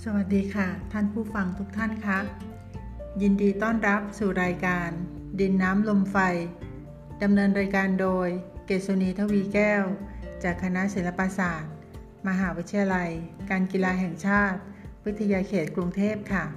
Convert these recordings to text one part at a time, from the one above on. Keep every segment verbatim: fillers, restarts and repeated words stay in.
สวัสดีค่ะท่านผู้ฟังทุกท่านคะยินดีต้อนรับสู่รายการดินน้ำลมไฟดำเนินรายการโดยเกษุณีทวีแก้วจากคณะศิลปศาสตร์มหาวิทยาลัยการกีฬาแห่งชาติวิทยาเขตกรุงเทพค่ะ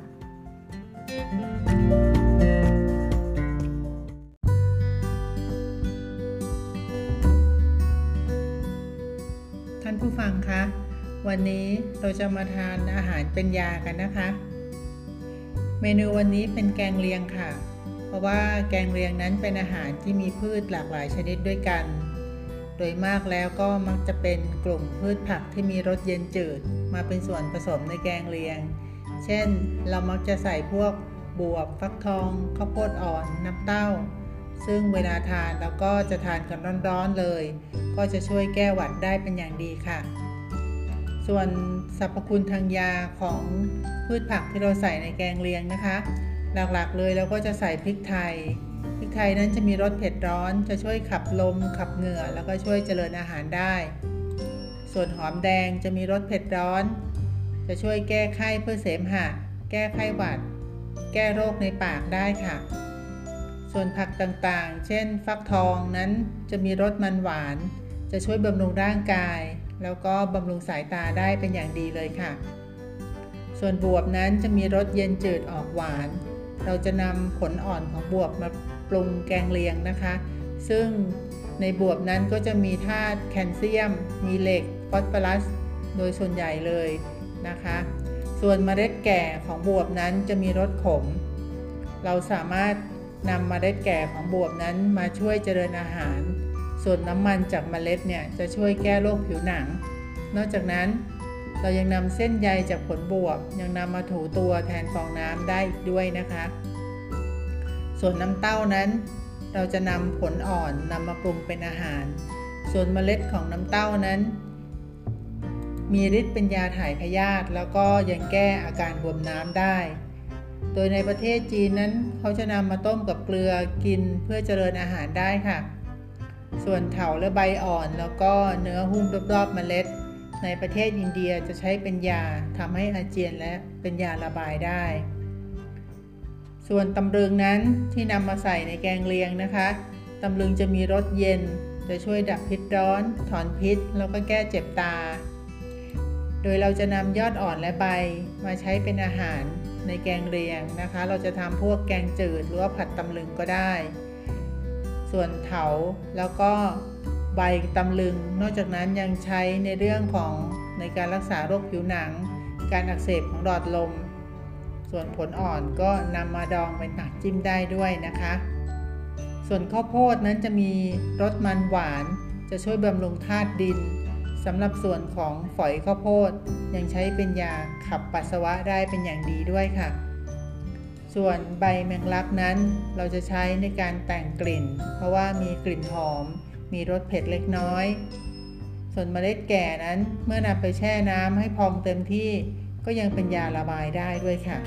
ท่านผู้ฟังคะวันนี้เราจะมาทานอาหารเป็นยากันนะคะเมนูวันนี้เป็นแกงเลียงค่ะเพราะว่าแกงเลียงนั้นเป็นอาหารที่มีพืชหลากหลายชนิดด้วยกันโดยมากแล้วก็มักจะเป็นกลุ่มพืชผักที่มีรสเย็นจืดมาเป็นส่วนผสมในแกงเลียงเช่นเรามักจะใส่พวกบวบฟักทองข้าวโพดอ่อนน้ำเต้าซึ่งเวลาทานเราก็จะทานกันร้อนๆเลยก็จะช่วยแก้หวัดได้เป็นอย่างดีค่ะส่วนสรรพคุณทางยาของพืชผักที่เราใส่ในแกงเลียงนะคะหลักๆเลยเราก็จะใส่พริกไทยพริกไทยนั้นจะมีรสเผ็ดร้อนจะช่วยขับลมขับเหงื่อแล้วก็ช่วยเจริญอาหารได้ส่วนหอมแดงจะมีรสเผ็ดร้อนจะช่วยแก้ไข้เพื่อเสมหะแก้ไข้หวัดแก้โรคในปากได้ค่ะส่วนผักต่างๆเช่นฟักทองนั้นจะมีรสมันหวานจะช่วยบำรุงร่างกายแล้วก็บำรุงสายตาได้เป็นอย่างดีเลยค่ะส่วนบวบนั้นจะมีรสเย็นจืดออกหวานเราจะนำผลอ่อนของบวบมาปรุงแกงเลียงนะคะซึ่งในบวบนั้นก็จะมีธาตุแคลเซียมมีเหล็กฟอสฟอรัสโดยส่วนใหญ่เลยนะคะส่วนเมล็ดแก่ของบวบนั้นจะมีรสขมเราสามารถนำเมล็ดแก่ของบวบนั้นมาช่วยเจริญอาหารส่วนน้ำมันจากเมล็ดเนี่ยจะช่วยแก้โรคผิวหนังนอกจากนั้นเรายังนำเส้นใยจากผลบวบยังนำมาถูตัวแทนฟองน้ำได้อีกด้วยนะคะส่วนน้ำเต้านั้นเราจะนำผลอ่อนนำมาปรุงเป็นอาหารส่วนเมล็ดของน้ำเต้านั้นมีฤทธิ์เป็นยาถ่ายพยาธิแล้วก็ยังแก้อาการบวมน้ำได้โดยในประเทศจีนนั้นเขาจะนำมาต้มกับเกลือกินเพื่อเจริญอาหารได้ค่ะส่วนเถาและใบอ่อนแล้วก็เนื้อหุ้มรอบๆเมล็ดในประเทศอินเดียจะใช้เป็นยาทำให้อาเจียนและเป็นยาระบายได้ส่วนตำลึงนั้นที่นำมาใส่ในแกงเลียงนะคะตำลึงจะมีรสเย็นจะช่วยดับพิษร้อนถอนพิษแล้วก็แก้เจ็บตาโดยเราจะนำยอดอ่อนและใบมาใช้เป็นอาหารในแกงเลียงนะคะเราจะทำพวกแกงจืดหรือว่าผัดตำลึงก็ได้ส่วนเถาแล้วก็ใบตำลึงนอกจากนั้นยังใช้ในเรื่องของในการรักษาโรคผิวหนังการอักเสบของหลอดลมส่วนผลอ่อนก็นำมาดองเป็นผักจิ้มได้ด้วยนะคะส่วนข้าวโพดนั้นจะมีรสมันหวานจะช่วยบำรุงธาตุดินสำหรับส่วนของฝอยข้าวโพดยังใช้เป็นยาขับปัสสาวะได้เป็นอย่างดีด้วยค่ะส่วนใบแมงลักนั้นเราจะใช้ในการแต่งกลิ่นเพราะว่ามีกลิ่นหอมมีรสเผ็ดเล็กน้อยส่วนเมล็ดแก่นั้นเมื่อนำไปแช่น้ำให้พองเต็มที่ก็ยังเป็นยาระบายได้ด้วยค่ะ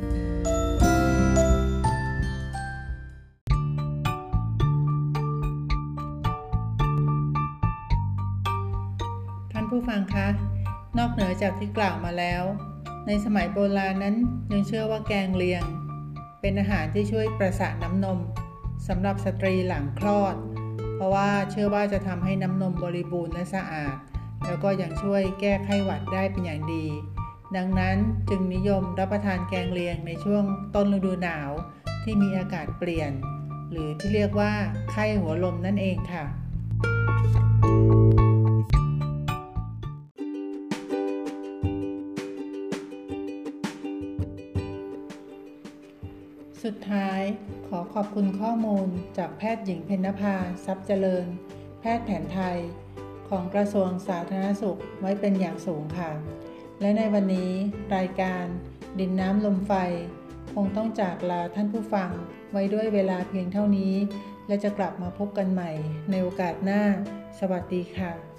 ท่านผู้ฟังคะนอกเหนือจากที่กล่าวมาแล้วในสมัยโบราณนั้นยังเชื่อว่าแกงเลียงเป็นอาหารที่ช่วยประสานน้ำนมสำหรับสตรีหลังคลอดเพราะว่าเชื่อว่าจะทำให้น้ำนมบริบูรณ์และสะอาดแล้วก็ยังช่วยแก้ไข้หวัดได้เป็นอย่างดีดังนั้นจึงนิยมรับประทานแกงเลียงในช่วงต้นฤดูหนาวที่มีอากาศเปลี่ยนหรือที่เรียกว่าไข้หัวลมนั่นเองค่ะสุดท้ายขอขอบคุณข้อมูลจากแพทย์หญิงเพ็ญนภาทรัพย์เจริญแพทย์แผนไทยของกระทรวงสาธารณสุขไว้เป็นอย่างสูงค่ะและในวันนี้รายการดินน้ำลมไฟคงต้องจากลาท่านผู้ฟังไว้ด้วยเวลาเพียงเท่านี้และจะกลับมาพบกันใหม่ในโอกาสหน้าสวัสดีค่ะ